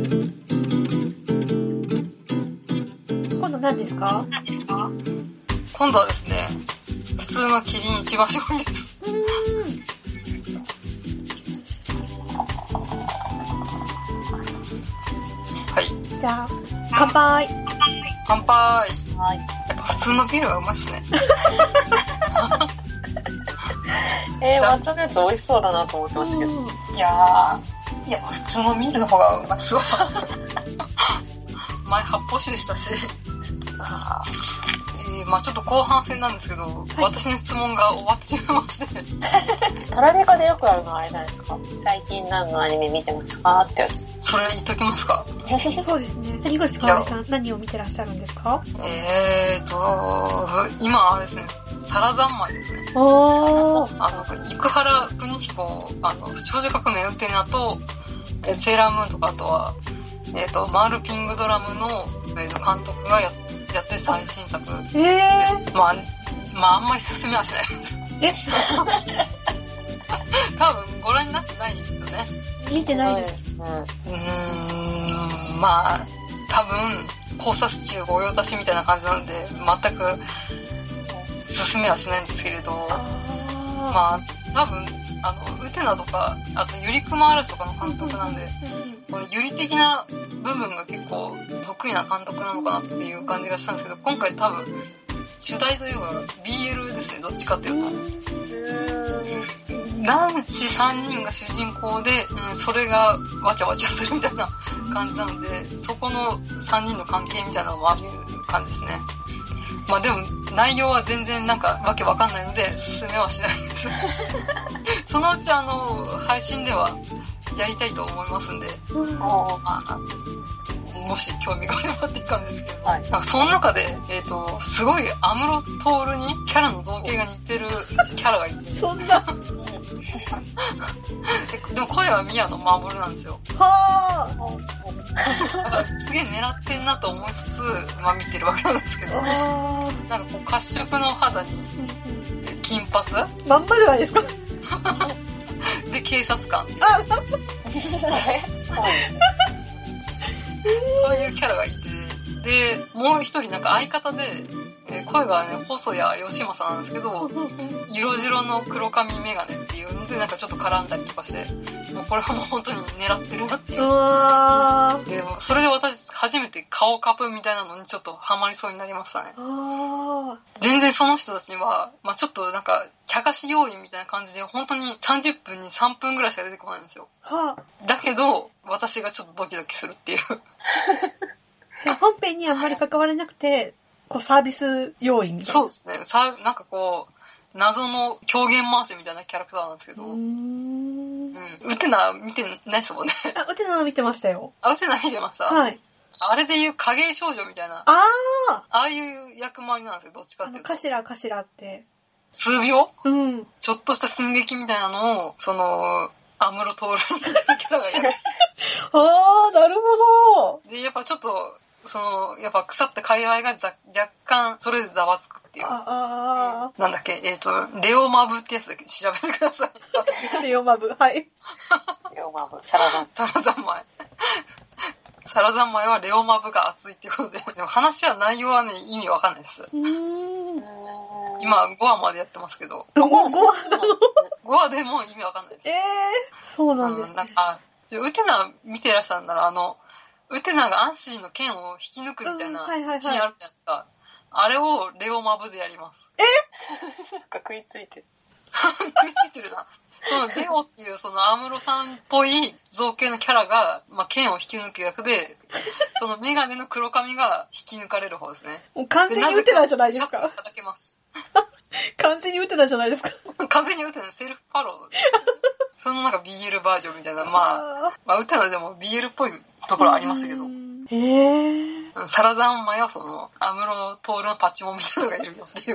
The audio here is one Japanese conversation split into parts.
今度何ですか？ 今度はですね、普通のキリン一番搾りです。はい。 じゃあ、乾杯。 乾杯。 はい。 やっぱ普通のビールはうまいっすね。 抹茶のやつ美味しそうだなと思ってましたけど。 いや普通のビールの方がうまいっすわ。前発泡酒でしたし。まあちょっと後半戦なんですけど、はい、私の質問が終わってしまいまして。 タラレカでよくあるのはあれじゃないですか。最近何のアニメ見てますかってやつ。 それ言っときますか。 そうですね。谷口かおりさん、何を見てらっしゃるんですか？ 今あれですね、サラ三昧ですね。生原邦彦、少女革命ウテナと、セーラームーンとか、あとは、マールピングドラムの、監督がやってる最新作です。まああんまり勧めはしないです。多分ご覧になってないですよね。 見てないです。 まあ多分考察中御用達みたいな感じなんで全く勧めはしないんですけれど、まあ多分ウテナとかあとユリクマ・アラスとかの監督なんで、このユリ的な部分が結構得意な監督なのかなっていう感じがしたんですけど、今回多分主題というか BL ですね、どっちかっていうと。男子3人が主人公で、それがわちゃわちゃするみたいな感じなので、そこの3人の関係みたいなのもある感じですね。まあでも内容は全然なんかわけわかんないので進めはしないです。そのうち配信ではやりたいと思いますんで、もし興味があればっていう感じですけど、はい、なんかその中で、すごい安室透にキャラの造形が似てるキャラがいて。 そんなでも声は宮野真守なんですよ。 はぁ。だからすげえ狙ってんなと思いつつ、まあ見てるわけなんですけど、なんかこう褐色の肌に金髪まんまじゃないですか。 で、警察官。そういうキャラがいて、で、もう一人なんか相方で、声がね、細谷義正なんですけど、色白の黒髪メガネっていうので、なんかちょっと絡んだりとかして、もうこれはもう本当に狙ってるなっていう。で、それで私初めて顔カプみたいなのにちょっとハマりそうになりましたね。全然その人たちには、まあちょっとなんか、茶化し要員みたいな感じで、本当に30分に3分ぐらいしか出てこないんですよ。だけど、私がちょっとドキドキするっていう。 じゃあ本編にあんまり関われなくて、こうサービス要員みたいな。 そうですね。なんかこう、謎の狂言回しみたいなキャラクターなんですけど。ウテナ見てないですもんね。 ウテナ見てましたよ。 ウテナ見てました。 はい。 あれでいう影少女みたいな。ああいう役回りなんですよ、どっちかっていうと。 頭って。 数秒ちょっとした寸劇みたいなのを、安室透に似てるキャラがいる。 なるほど。 で、やっぱちょっと、やっぱ腐った界隈が若干、それでざわつくっていう。なんだっけ、レオマブってやつだけ調べてください。 レオマブ、はい。 レオマブ、サラ三昧。 サラ三昧はレオマブが熱いっていうことで、でも話は内容はね、意味わかんないです。今、5話までやってますけど。 5 話でも意味わかんないです。 そうなんですね。 なんか、ウテナ見てらっしゃるなら、ウテナがアンシーの剣を引き抜くみたいなシーンあるじゃないですか。あれをレオマブでやります。 なんか食いついてる。 食いついてるな。そのレオっていう安室さんっぽい造形のキャラが、まあ、剣を引き抜く役で、そのメガネの黒髪が引き抜かれる方ですね。 もう完全にウテナじゃないですか。 叩けます。 完全にウテナじゃないですか。 完全にウテナセルフパロー。そのなんか BL バージョンみたいな、まあウテナでも BL っぽいところありましたけど。サラザンマイは安室透のパチモンみたいなのがいるよっていう。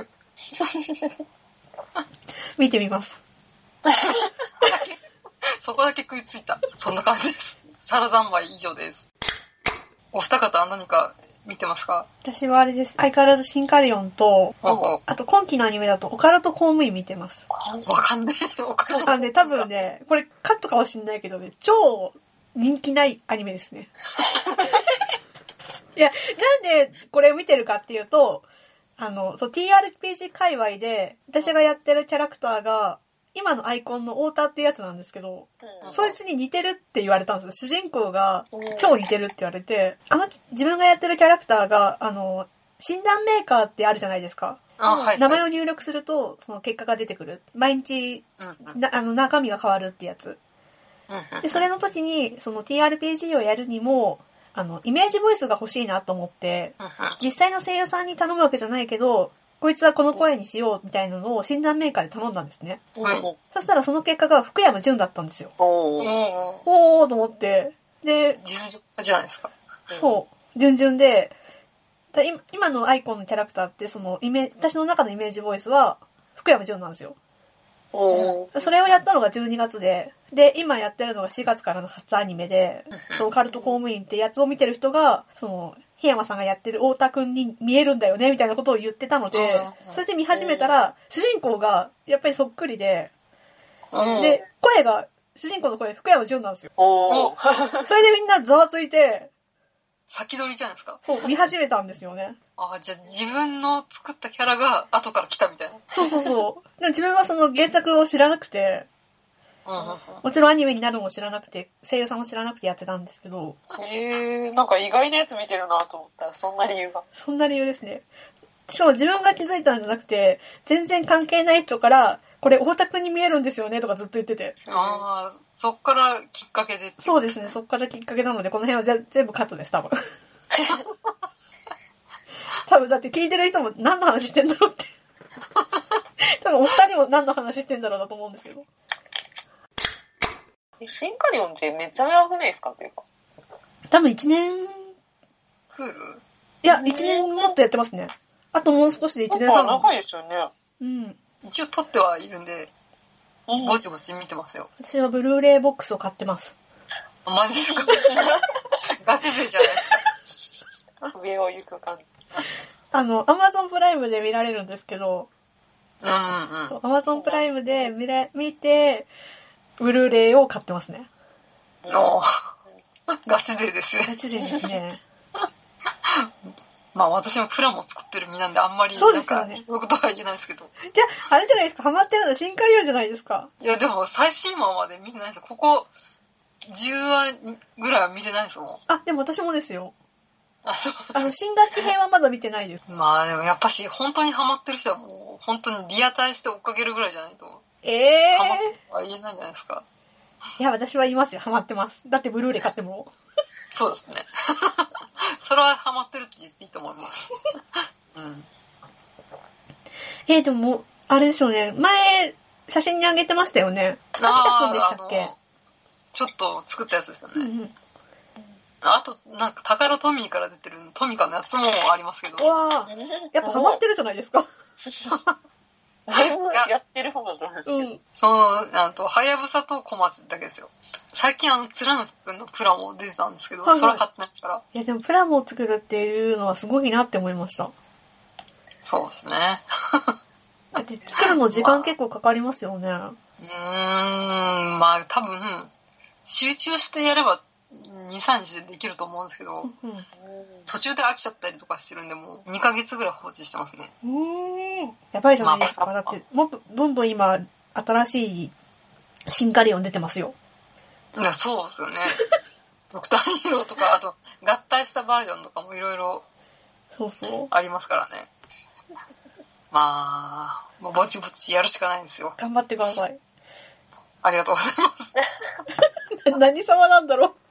見てみます。 そこだけ食いついた。そんな感じです。サラザンマイ以上です。お二方は何か見てますか？ 私はあれです。相変わらずシンカリオンと、あと今期のアニメだとオカルト公務員見てます。 わかんねえ。オカルト。 多分ね、これカットかもしんないけどね、超人気ないアニメですね。 いや、なんでこれを見てるかっていうと、そう、TRPG 界隈で、私がやってるキャラクターが、今のアイコンの太田ってやつなんですけど、そいつに似てるって言われたんですよ。主人公が超似てるって言われて、自分がやってるキャラクターが、診断メーカーってあるじゃないですか。 はい、 名前を入力すると、その結果が出てくる。毎日、中身が変わるってやつ。で、それの時に、その TRPG をやるにも、イメージボイスが欲しいなと思って、実際の声優さんに頼むわけじゃないけど、こいつはこの声にしようみたいなのを診断メーカーで頼んだんですね。そしたらその結果が福山潤だったんですよ。おーと思って。で、 実力じゃないですか。 そう。順々で、今のアイコンのキャラクターって、私の中のイメージボイスは福山潤なんですよ。それをやったのが12月で、今やってるのが4月からの初アニメで、そのカルト公務員ってやつを見てる人が、檜山さんがやってる太田くんに見えるんだよね、みたいなことを言ってたので、それで見始めたら、主人公がやっぱりそっくりで、で、主人公の声、福山潤なんですよ。それでみんなざわついて、 先取りじゃないですか。 そう、見始めたんですよね。 じゃあ自分の作ったキャラが後から来たみたいな。 そう。でも自分はその原作を知らなくて、もちろんアニメになるのも知らなくて、声優さんも知らなくてやってたんですけど。 なんか意外なやつ見てるなと思ったら、そんな理由が。 そんな理由ですね。しかも自分が気づいたんじゃなくて、全然関係ない人から、これ太田くんに見えるんですよねとかずっと言ってて。 そっからきっかけで。 そうですね、そっからきっかけなので、この辺は全部カットです、多分。多分だって聞いてる人も何の話してんだろうって。多分お二人も何の話してんだろうだと思うんですけど。 シンカリオンってめっちゃ長くないですかというか。 多分1年。 クール？ いや、1年もっとやってますね。あともう少しで1年半。 長いですよね。 うん。 一応撮ってはいるんで、ぼちぼち見てますよ。 私はブルーレイボックスを買ってます。 マジですか？ガチ勢じゃないですか。上を行く感じ。 Amazon プライムで見られるんですけど、Amazon プライムで見て、ブルーレイを買ってますね。 ガチ勢ですよ。 ガチ勢ですね。 まあ私もプラモ作ってる身なんであんまりそうですよね。 そういうことは言えないですけど。 じゃあ、あれじゃないですか、ハマってるのシンカリオンじゃないですか。 いやでも最新話まで見てないですよ。ここ10話ぐらいは見てないですもん。 でも私もですよ。 そう。 新学期編はまだ見てないです。 まあでもやっぱし本当にハマってる人はもう本当にリアタイして追っかけるぐらいじゃないと。ハマっては言えないんじゃないですか。 いや、私は言いますよ。ハマってます。だってブルーレイ買っても。 そうですね。それはハマってるって言っていいと思います。 でも、あれですよね。前、写真にあげてましたよね。秋田くんでしたっけ？ ちょっと作ったやつですよね。あと、なんか、タカラトミーから出てるトミカのやつもありますけど。 わー。やっぱハマってるじゃないですか。 だいぶやってる方だと思うんですけど。 はやぶさと小松だけですよ。最近貫之くんのプラモ出てたんですけど、それは買ってないですから。 いやでもプラモを作るっていうのはすごいなって思いました。 そうですね。 だって作るの時間結構かかりますよね。 まあ多分、集中してやれば2、3日でできると思うんですけど、途中で飽きちゃったりとかしてるんで、もう2ヶ月ぐらい放置してますね。 やばいじゃないですか。だって、もっとどんどん今、新しいシンカリオン出てますよ。 いや、そうですよね。ドクターヒーローとか、あと、合体したバージョンとかもいろいろありますからね。まあ、ぼちぼちやるしかないんですよ。 頑張ってください。 ありがとうございます。 何様なんだろう。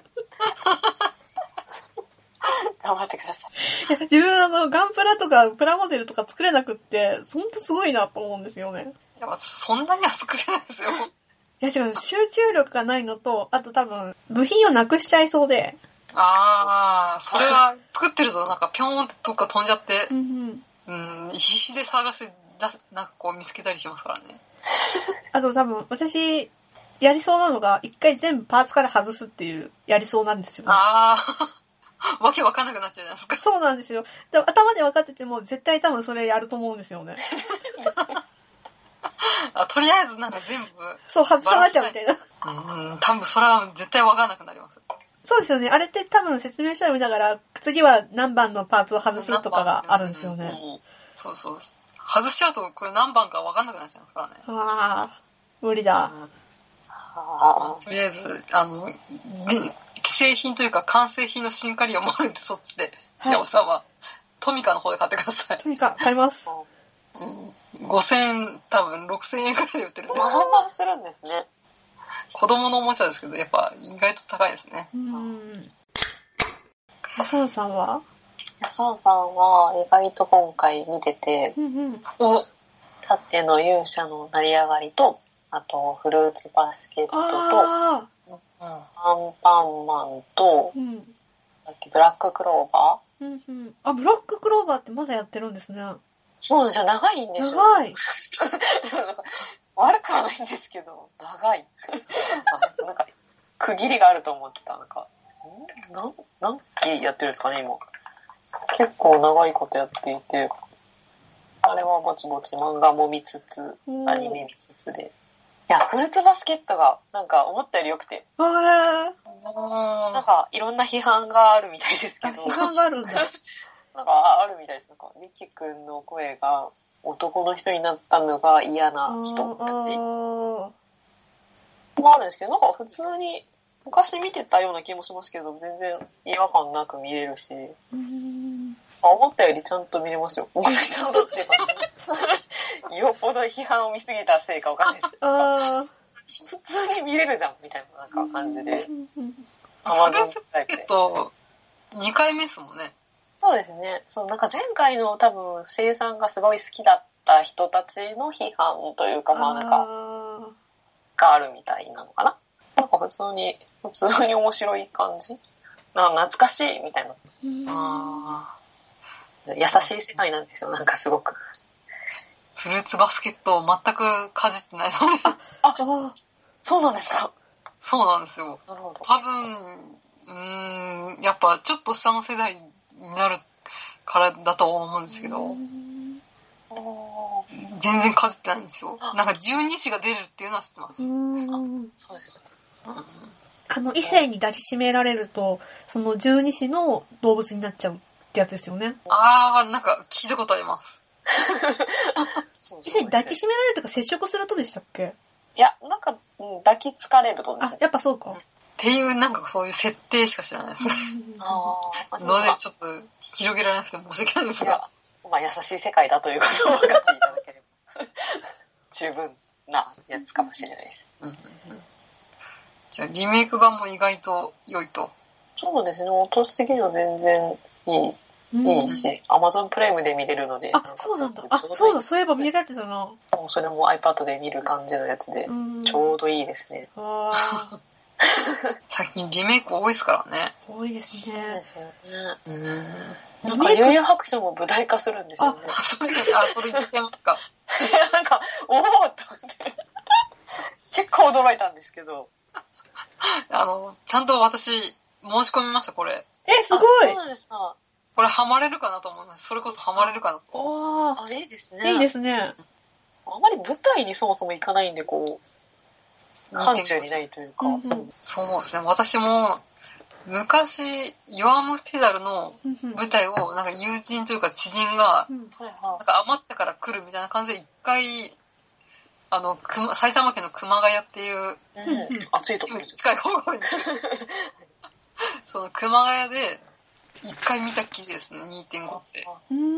頑張ってください。 自分ガンプラとかプラモデルとか作れなくって、ほんとすごいなと思うんですよね。 いや、そんなには作れないですよ。 いや違う、集中力がないのと、あと多分、部品をなくしちゃいそうで。 それは作ってるとなんかピョーンってどっか飛んじゃって、必死で探してなんかこう見つけたりしますからね。 あと多分、私、やりそうなのが、一回全部パーツから外すっていう、やりそうなんですよね。 わけわかんなくなっちゃうじゃないですか。 そうなんですよ。でも頭で分かってても、絶対多分それやると思うんですよね。 とりあえずなんか全部。 そう、外さなきゃみたいな。 多分それは絶対分かんなくなります。 そうですよね。あれって多分説明書を見ながら、 次は何番のパーツを外すとかがあるんですよね。 そうそう。外しちゃうとこれ何番か分かんなくなっちゃいますからね。 ああ、無理だ。 とりあえず、既製品というか完成品のシンカリオンもあるんで、そっちで。ヤオさんは、トミカの方で買ってください。 トミカ、買います。 5000円、多分6000円くらいで売ってるんで。 まあまあするんですね。 子供のおもちゃですけど、やっぱ意外と高いですね。 ヤソンさんは？ ヤソンさんは意外と今回見てて、縦の勇者の成り上がりと、あとフルーツバスケットと、アンパンマンと、ブラッククローバー、あ、ブラッククローバーってまだやってるんですね。 そうなんですよ、長いんですよ。 長い。 悪くはないんですけど、長い。なんか、区切りがあると思ってた。何期やってるんですかね、今。結構長いことやっていて、あれはぼちぼち漫画も見つつ、アニメ見つつで。いや、フルーツバスケットが、なんか思ったより良くて。なんか、いろんな批判があるみたいですけど。 批判があるんだ。 なんか、あるみたいです。なんか、ミキ君の声が、男の人になったのが嫌な人たちもあるんですけど、なんか普通に昔見てたような気もしますけど、全然違和感なく見れるし、思ったよりちゃんと見れますよ。ちゃんとっていうか、よっぽど批判を見すぎたせいかわかんないですけど、普通に見れるじゃんみたいななんか感じで。 アマゾンプライムと2回目ですもんね。 そうですね。そう、なんか前回の多分声優さんがすごい好きだった人たちの批判というか、まあなんか、があるみたいなのかな。なんか普通に面白い感じ。懐かしいみたいな。優しい世界なんですよ、なんかすごく。 フルーツバスケットを全くかじってないので。 そうなんですか。 そうなんですよ。 なるほど。 多分、やっぱちょっと下の世代になるからだと思うんですけど、全然かじってないんですよ。なんか十二支が出るっていうのは知ってます。 そうです。 異性に抱きしめられると、その十二支の動物になっちゃうってやつですよね。 なんか聞いたことあります。 異性に抱きしめられるとか接触するとでしたっけ？ いや、なんか、抱きつかれるとですね。 やっぱそうか。 っていうなんかそういう設定しか知らないです。のでちょっと広げられなくて申し訳ないんですが。 まあ優しい世界だということを分かっていただければ十分なやつかもしれないです。 じゃあリメイク版も意外と良いと。 そうですね。落とし的には全然いいし、Amazon プライムで見れるので。 そうなんだ。そうだ、そういえば見られてたな。 それも iPad で見る感じのやつで、ちょうどいいですね。 最近リメイク多いですからね。 多いですね。 ですよね。なんか幽遊白書も舞台化するんですよね。 それ言ってますか。 なんか、おおと思って。結構驚いたんですけど。 ちゃんと私、申し込みました、これ。 すごい。 そうなんですか。 これハマれるかなと思います。それこそハマれるかなと。 いいですね。 いいですね。 あまり舞台にそもそも行かないんで、こう、範疇にないというか。 そうですね。私も、昔、弱虫ペダルの舞台を、なんか友人というか知人が、なんか余ったから来るみたいな感じで一回、埼玉県の熊谷っていう、 暑いところ近い方に、その熊谷で、一回見たっきりですね、2.5 って。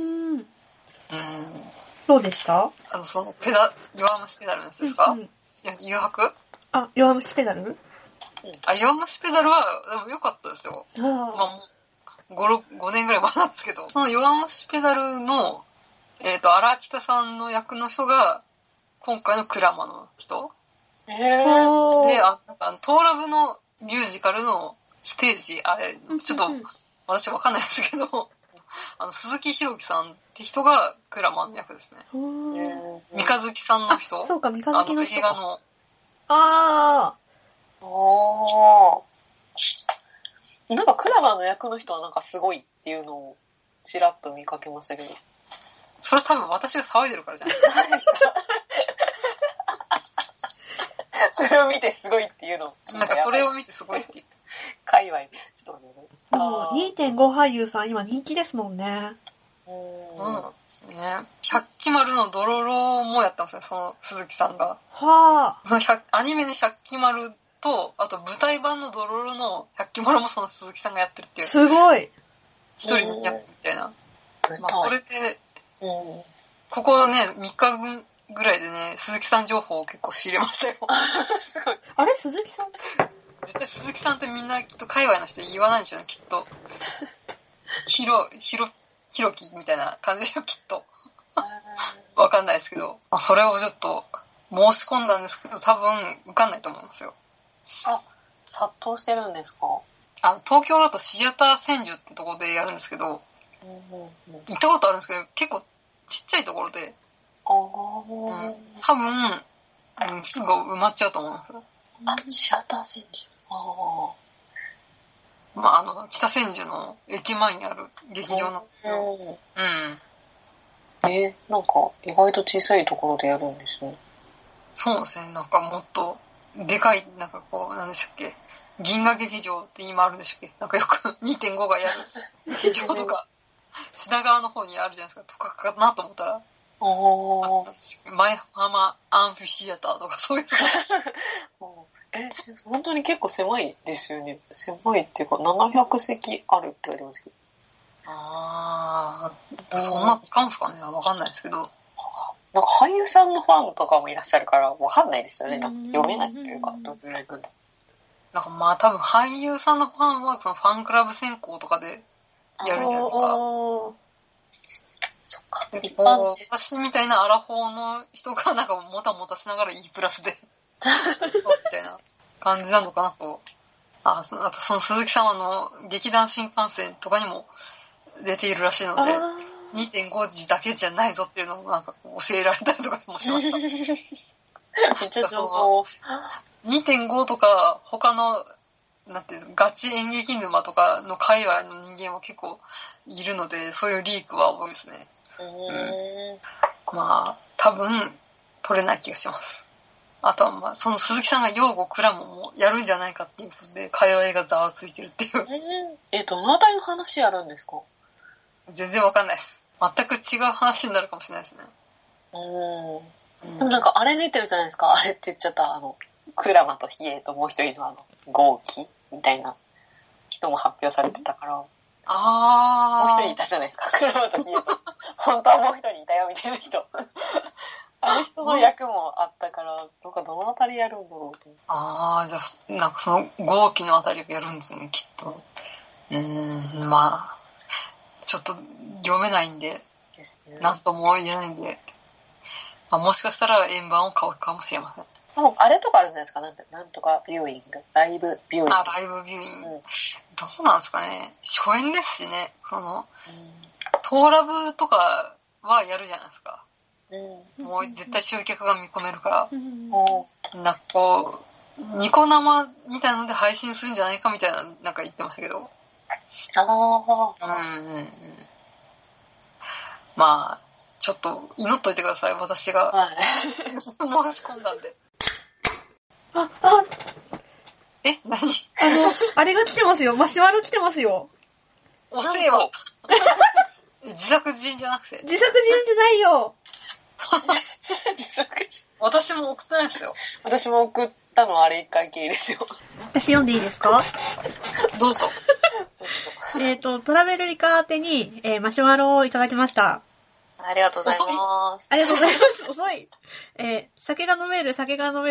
どうでした？ その弱虫ペダルのやつですか？誘白？ 弱虫ペダル？ 弱虫ペダルは、でも良かったですよ。まあもう、5年ぐらい前なんですけど、その弱虫ペダルの、荒北さんの役の人が、今回のクラマの人。で、なんかトーラブのミュージカルのステージ、あれ、ちょっと、私わかんないですけど、鈴木ひろきさんって人がクラマンの役ですね。三日月さんの人。 そうか、三日月の人。 映画の。 なんかクラマンの役の人はなんかすごいっていうのをちらっと見かけましたけど。 それ多分私が騒いでるからじゃないですか。 それを見てすごいっていうの。 なんかそれを見てすごいって界隈。ちょっと待ってね。 もう 2.5 俳優さん今人気ですもんね。 ですね。百鬼丸のドロロもやったんですよ、その鈴木さんが。 はあ。 そのアニメの百鬼丸と、あと舞台版のドロロの百鬼丸もその鈴木さんがやってるっていう。 すごい。 一人やるみたいな。まあそれで、ここね、3日分ぐらいでね、鈴木さん情報を結構仕入れましたよ。 すごい。 あれ鈴木さん絶対鈴木さんってみんなきっと界隈の人言わないんでしょうね、きっと。ひろきみたいな感じよ、きっと。わかんないですけど。まあ、それをちょっと申し込んだんですけど、多分受かんないと思うんですよ。 あ、殺到してるんですか？ 東京だとシアター千住ってところでやるんですけど、行ったことあるんですけど、結構ちっちゃいところで、多分、すぐ埋まっちゃうと思うんですよ。 シアター千住。 まあ、北千住の駅前にある劇場なんですけど、 なんか、意外と小さいところでやるんですね。 そうですね、なんかもっと、でかい、なんかこう、なんでしたっけ、銀河劇場って今あるんでしたっけ、なんかよく 2.5 がやる劇場とか、品川の方にあるじゃないですか、とかかなと思ったら、前浜アンフィシアターとかそういうとこ本当に結構狭いですよね。狭いっていうか、700席あるってありますけど。 そんな使うんすかね、わかんないですけど。 なんか俳優さんのファンとかもいらっしゃるからわかんないですよね。なんか読めないっていうか、どのぐらいなんだ。 なんかまあ多分俳優さんのファンはそのファンクラブ選考とかでやるんじゃないですか。 そっか。 一般で私みたいなアラフォーの人がなんかもたもたしながら E プラスでみたいな感じなのかなと。あとその鈴木さんは劇団新幹線とかにも出ているらしいので、2.5 時だけじゃないぞっていうのもなんか教えられたりとかもしました。 めっちゃ情報。 2.5 とか他のなんていうのガチ演劇沼とかの界隈の人間は結構いるので、そういうリークは多いですね。まあ多分取れない気がします。あとはまあその鈴木さんが養護クラムもやるんじゃないかっていうことで界隈がざわついてるっていう。 どのあたりの話やるんですか？ 全然わかんないです。全く違う話になるかもしれないですね。 でもなんかあれ出てるじゃないですか。あれって言っちゃったクラマとヒエともう一人の豪輝みたいな人も発表されてたから。もう一人いたじゃないですか。クラマとヒエと。本当はもう一人いたよみたいな人。あの人の役もあったから、なんかどのあたりやるんだろうと。 じゃあ、なんかその豪輝のあたりをやるんですね、きっと。まあ、ちょっと読めないんで、なんとも言えないんで、まあ、もしかしたら円盤を買うかもしれません。 あれとかあるんじゃないですか、なんとかビューイング、ライブビューイング。 ライブビューイング。どうなんですかね。初演ですしね、トーラブとかはやるじゃないですか。もう絶対集客が見込めるから。なんかこう、ニコ生みたいなので配信するんじゃないかみたいな、なんか言ってましたけど。まあ、ちょっと祈っといてください、私が。申し込んだんで。 何？あれが来てますよ。マシュマロ来てますよ。 遅えわ。自作自演じゃなくて。 自作自演じゃないよ。 自作自演。 私も送ってないですよ。 私も送ったのあれ一回きりですよ。 私読んでいいですか？ どうぞ。 トラベルリカ宛てに、マシュマロをいただきました。 ありがとうございます。 ありがとうございます。遅い。酒が飲めるぞ。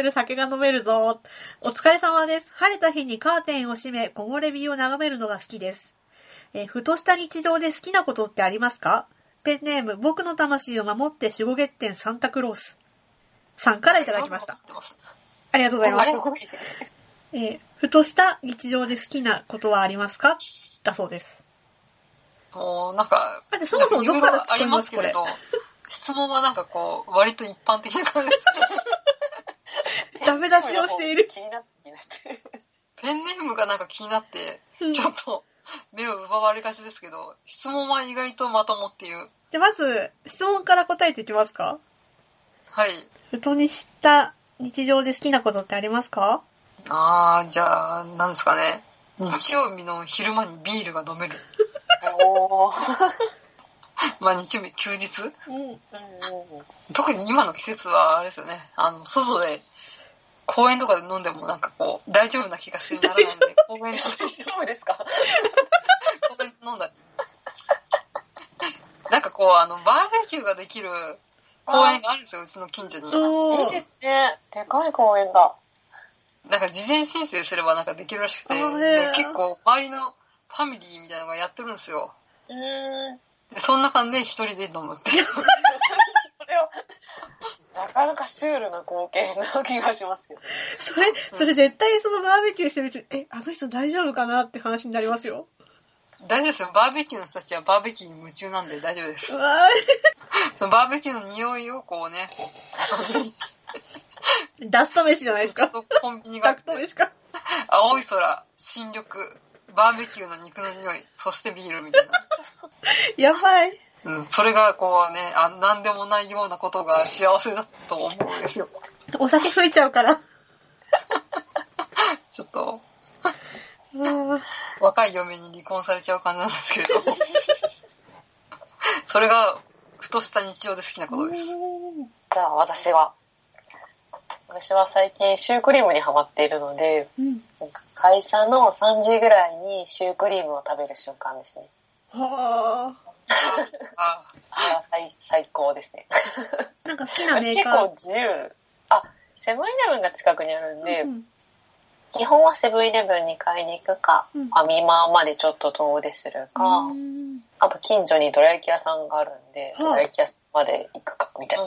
お疲れ様です。晴れた日にカーテンを閉め、木漏れ日を眺めるのが好きです。ふとした日常で好きなことってありますか？ペンネーム、僕の魂を守って守護月天サンタクロースさんからいただきました。ありがとうございます。ふとした日常で好きなことはありますか？だそうです。 なんか、 そもそもどこからありますけれど、質問はなんかこう、割と一般的な感じですね。ダメ出しをしている。 気になって。 ペンネームがなんか気になって、ちょっと目を奪われがちですけど、質問は意外とまともっていう。 じゃあまず、質問から答えていきますか？ はい。 ふとにした日常で好きなことってありますか？ じゃあ、なんですかね。 日曜日の昼間にビールが飲める。 おまあ日曜日、休日、特に今の季節はあれですよね。外で、公園とかで飲んでもなんかこう、大丈夫な気がしてならないんで、公園で大丈夫ですか？ 公園で飲んだり。なんかこう、バーベキューができる公園があるんですよ、うちの近所に。 いいですね。でかい公園だ。 なんか事前申請すればなんかできるらしくて、で結構周りのファミリーみたいなのがやってるんですよ。でその中で一人で飲むっていう。それは、なかなかシュールな光景な気がしますよ。 それ絶対そのバーベキューしてるうちに、あの人大丈夫かなって話になりますよ。 大丈夫ですよ。バーベキューの人たちはバーベキューに夢中なんで大丈夫です。そのバーベキューの匂いをこうね、 ダスト飯じゃないですか。 コンビニがあって、 ダスト飯か。 青い空、新緑、バーベキューの肉の匂い、そしてビールみたいな。 やばい。 それがこうね、なんでもないようなことが幸せだと思うんですよ。 お酒吹いちゃうから。 ちょっと、若い嫁に離婚されちゃう感じなんですけれど。それが、ふとした日常で好きなことです。 じゃあ私は最近シュークリームにハマっているので、会社の3時ぐらいにシュークリームを食べる瞬間ですね。 はあ。最高ですね。 なんか好きなメーカー。 結構自由。セブンイレブンが近くにあるんで、基本はセブンイレブンに買いに行くか、ファミマまでちょっと遠出するか、あと近所にどら焼き屋さんがあるんで、どら焼き屋さんまで行くかみたいな。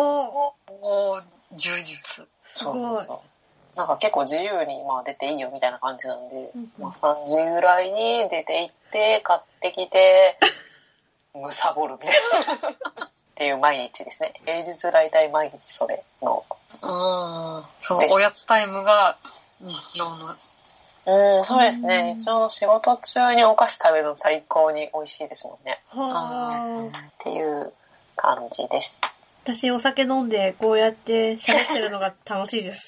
充実。 すごい。 なんか結構自由に出ていいよみたいな感じなんで、3時ぐらいに出て行って買ってきてむさぼるみたいなっていう毎日ですね。平日大体毎日それの。 そのおやつタイムが日常の。 そうですね。日常の仕事中にお菓子食べるの最高に美味しいですもんね。っていう感じです。 私お酒飲んでこうやって喋ってるのが楽しいです。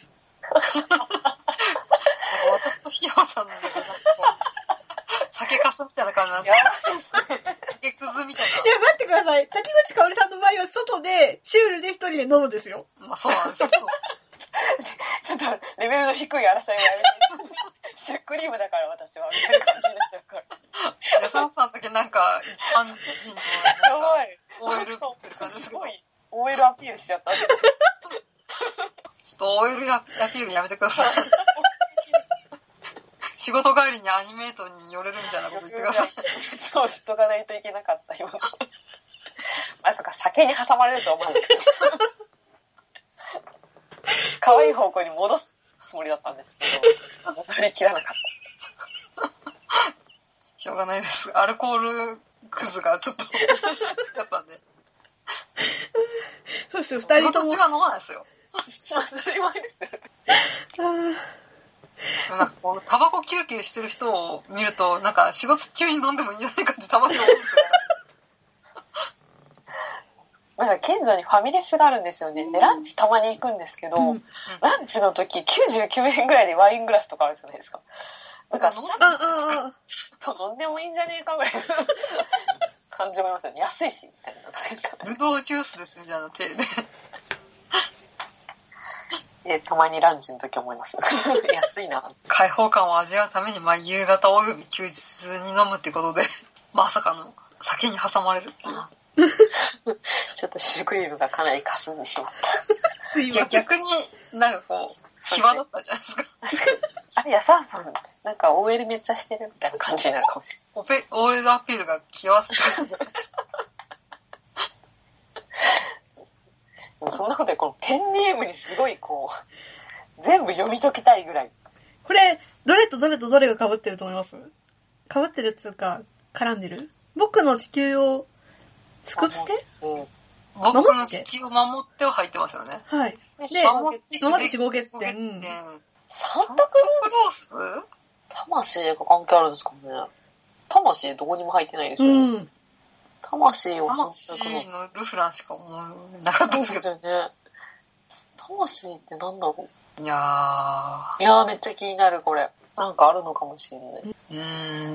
私とひやまさんの酒かすみたいな感じなんですよ。酒くずみたいな。 いや、待ってください。滝口かおりさんの場合は外で、シュールで一人で飲むんですよ。 まあそうなんですよ。 ちょっとレベルの低い争いをやめて。シュークリームだから私は、みたいな感じになっちゃうから。 ヤサンさんだけなんか、一般人の、OL って感じですごい。 OL アピールしちゃった。 ちょっと OL アピールやめてください。仕事帰りにアニメートに寄れるみたいなこと言ってください。 そうしとかないといけなかった今。まさか酒に挟まれると思うんだけど。可愛い方向に戻すつもりだったんですけど、戻りきらなかった。 しょうがないです。アルコールクズがちょっとだったんで。 そうですよ、二人とも。 私は飲まないですよ。 当たり前ですよ。 なんかこうタバコ休憩してる人を見ると、なんか仕事中に飲んでもいいんじゃないかってたまに思うんですよ。 なんか近所にファミレスがあるんですよね。で、ランチたまに行くんですけど、ランチの時99円ぐらいでワイングラスとかあるじゃないですか。なんか、飲んでもいいんじゃねえかぐらいの感じ思いますよね。安いし、みたいな。 ブドウジュースですみたいな手で。 たまにランチの時思います。安いな。 開放感を味わうために、夕方および休日に飲むってことで、まさかの酒に挟まれるっていう。 ちょっとシュークリームがかなりかすんでしまった。 いや、逆になんかこう、際だったじゃないですか。 あれ、安原さん、なんか OL めっちゃしてるみたいな感じになるかもしれない。 OL アピールが際立ってるじゃないですか。 そんなことで、このペンネームにすごいこう、全部読み解きたいぐらい。 これ、どれとどれとどれが被ってると思います？被ってるっつうか、絡んでる？僕の地球を作って？ 僕の地球を守っては入ってますよね。 はい。で、守って守護欠点。 サンタクロース？魂が関係あるんですかね。魂どこにも入ってないですよね。魂のルフランしか思えなかったですけど。 ね。魂ってなんだろう。 いやーめっちゃ気になるこれ。 なんかあるのかもしれない。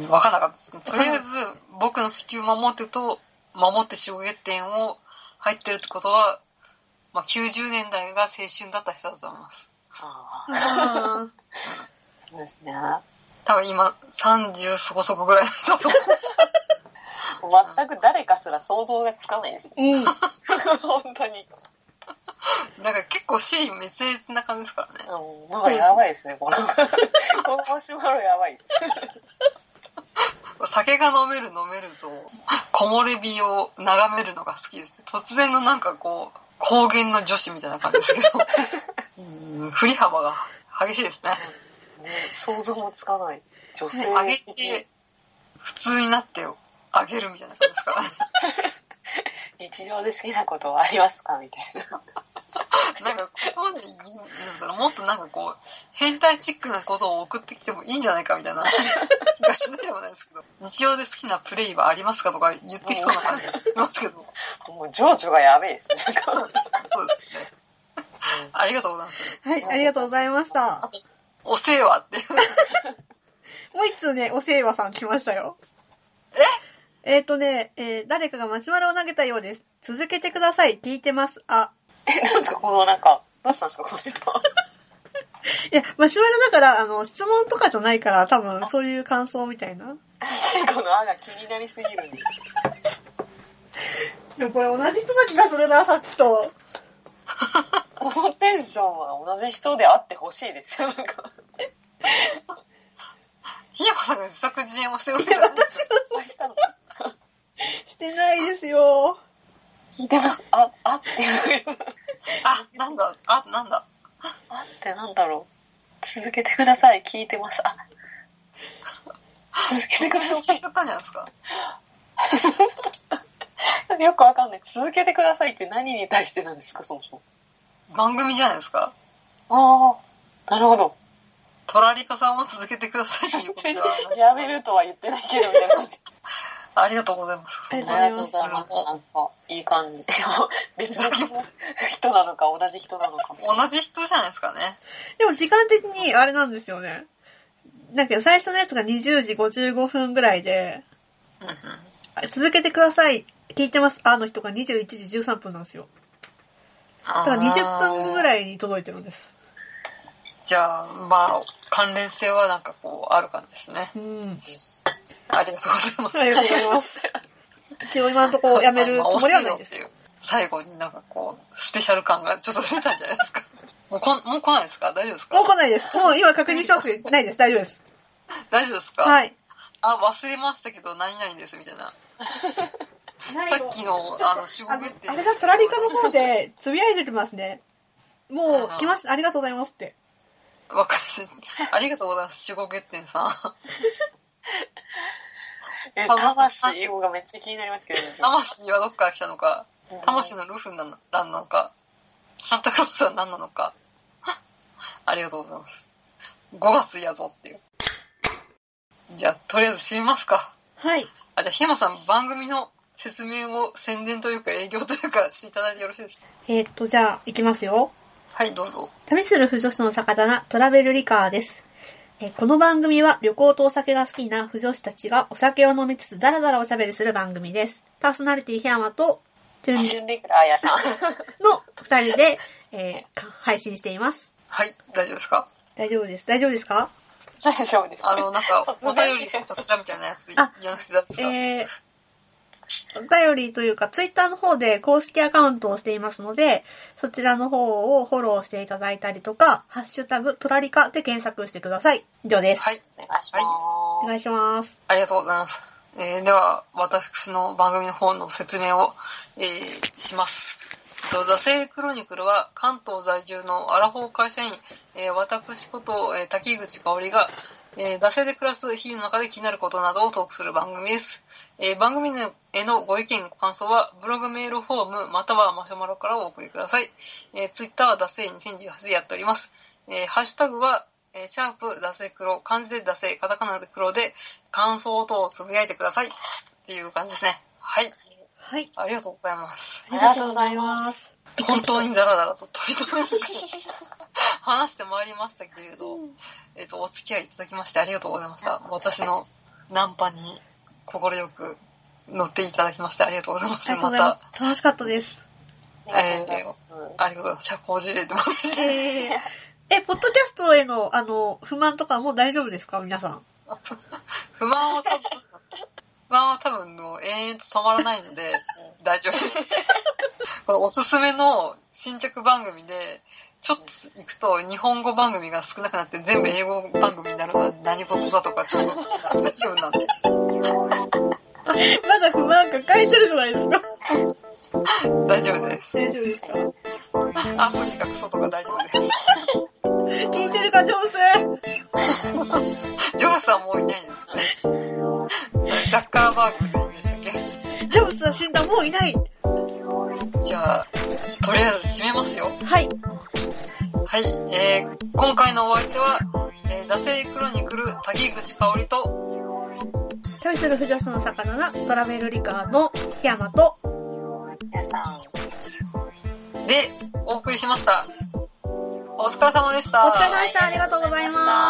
わからなかったですね。とりあえず、僕の地球守ってと、守って守護月点を入ってるってことは、まあ、90年代が青春だった人だと思います。 そうですね。 多分今、30そこそこぐらいの人と全く誰かすら想像がつかないですね。本当に。 なんか結構シリ滅裂な感じですからね。 なんかやばいですね、このマシュマロやばいです。 酒が飲めると、木漏れ日を眺めるのが好きです。突然のなんかこう、高原の女子みたいな感じですけど、振り幅が激しいですね。 想像もつかない。女性上げて、普通になってあげるみたいな感じですからね。 日常で好きなことはありますかみたいな。 なんかここまで言うんだろう、もっとなんかこう変態チックなことを送ってきてもいいんじゃないかみたいな気がしないでもないですけど、日常で好きなプレイはありますかとか言ってきそうな感じがしますけど、 もう情緒がやべえですね。 そうですね。ありがとうございます。 はい、ありがとうございました。 お世話ってもう一通ね、お世話さん来ましたよ。誰かがマシュマロを投げたようです。続けてください。聞いてます。 なんかこのなんか、どうしたんですか、この人。 いや、マシュマロだから、質問とかじゃないから、多分、そういう感想みたいな。 最後のが気になりすぎるんで。 でもこれ同じ人な気がするな、さっきと。 このテンションは同じ人であってほしいですよ、なんか。 檜山さんが自作自演をしてるわけじゃないですか。 失敗したのしてないですよ。 聞いてます。っていう。 なんだってなんだろう。続けてください。聞いてます。続けてください。 聞いたんじゃないですか。 よくわかんない。続けてくださいって何に対してなんですか、そもそも。 番組じゃないですか。 なるほど。 トラリカさんも続けてくださいということではやめるとは言ってないけど、みたいな感じ。 ありがとうございます。 ありがとうございます。なんか、いい感じ。別の人なのか、同じ人なのか。 同じ人じゃないですかね。 でも時間的にあれなんですよね。だけど最初のやつが20時55分ぐらいで、続けてください。聞いてます。の人が21時13分なんですよ。だから20分ぐらいに届いてるんです。 じゃあ、まあ、関連性はなんかこう、ある感じですね。ありがとうございます。 ありがとうございます。一応今のところやめるつもりはないです。 最後になんかこう、スペシャル感がちょっと出たんじゃないですか。もう来ないですか？大丈夫ですか？ もう来ないです。もう今確認します。ないです。大丈夫です。 大丈夫ですか？ はい。 忘れましたけど、何々です、みたいな。さっきの、守護月って。 あれがトラリカの方で、つぶやいてますね。もう、来ました。ありがとうございますって。 わかりました。ありがとうございます。守護月点さん。 魂がめっちゃ気になりますけど、ね、 魂はどっから来たのか、魂のルフランなのか、サンタクロースは何なのか。ありがとうございます。5月やぞっていう。じゃあ、とりあえず締めますか。 はい。 じゃあ、檜山さん、番組の説明を宣伝というか営業というかしていただいてよろしいですか？ じゃあ、いきますよ。 はい、どうぞ。 旅する不女子の酒棚、トラベルリカーです。この番組は旅行とお酒が好きな不女子たちがお酒を飲みつつダラダラおしゃべりする番組です。パーソナリティ檜山と純利倉彩さんの2人で、配信しています。 はい、大丈夫ですか？ 大丈夫です。大丈夫ですか？ 大丈夫です。 なんか、お便りこちらみたいなやつ言わなくて大丈夫ですか？ お便りというか、ツイッターの方で公式アカウントをしていますので、そちらの方をフォローしていただいたりとか、ハッシュタグトラリカで検索してください。以上です。 はい、 お願いします。 お願いします。 ありがとうございます。では、私の番組の方の説明を、します。ザ・セイクロニクルは関東在住のアラフォー会社員、私こと、滝口香織が、惰性で暮らす日々の中で気になることなどをトークする番組です。番組へのご意見ご感想はブログメールフォームまたはマシュマロからお送りください。ツイッターは惰性2018でやっております。ハッシュタグはシャープ惰性黒、漢字で惰性、カタカナで黒で感想等をつぶやいてくださいっていう感じですね。はい。 はい。 ありがとうございます。 ありがとうございます。 本当にダラダラと取り留める。 話してまいりましたけれど、お付き合いいただきましてありがとうございました。私のナンパに快く乗っていただきましてありがとうございます。また。 楽しかったです。 ありがとうございます。社交辞令でもあるし。 ポッドキャストへの、不満とかも大丈夫ですか皆さん。 不満は多分延々と止まらないので、大丈夫です。このおすすめの新着番組で、ちょっと行くと日本語番組が少なくなって全部英語番組になるのは何事だとかちょっと大丈夫なんで。 まだ不満抱えてるじゃないですか。 大丈夫です。 大丈夫ですか？ アプリがクソとか大丈夫です。 聞いてるか、ジョブス。 ジョブスはもういないですね。ザッカーバーグがいいんでしたっけ？ ジョブスは死んだ、もういない。 じゃあ、とりあえず締めますよ。 はい。 はい、今回のお相手は、惰性クロニクル滝口香織と、 旅する不女子の魚なトラベルリカーの檜山と、 皆さんでお送りしました。お疲れ様でした。 お疲れ様でした。ありがとうございます。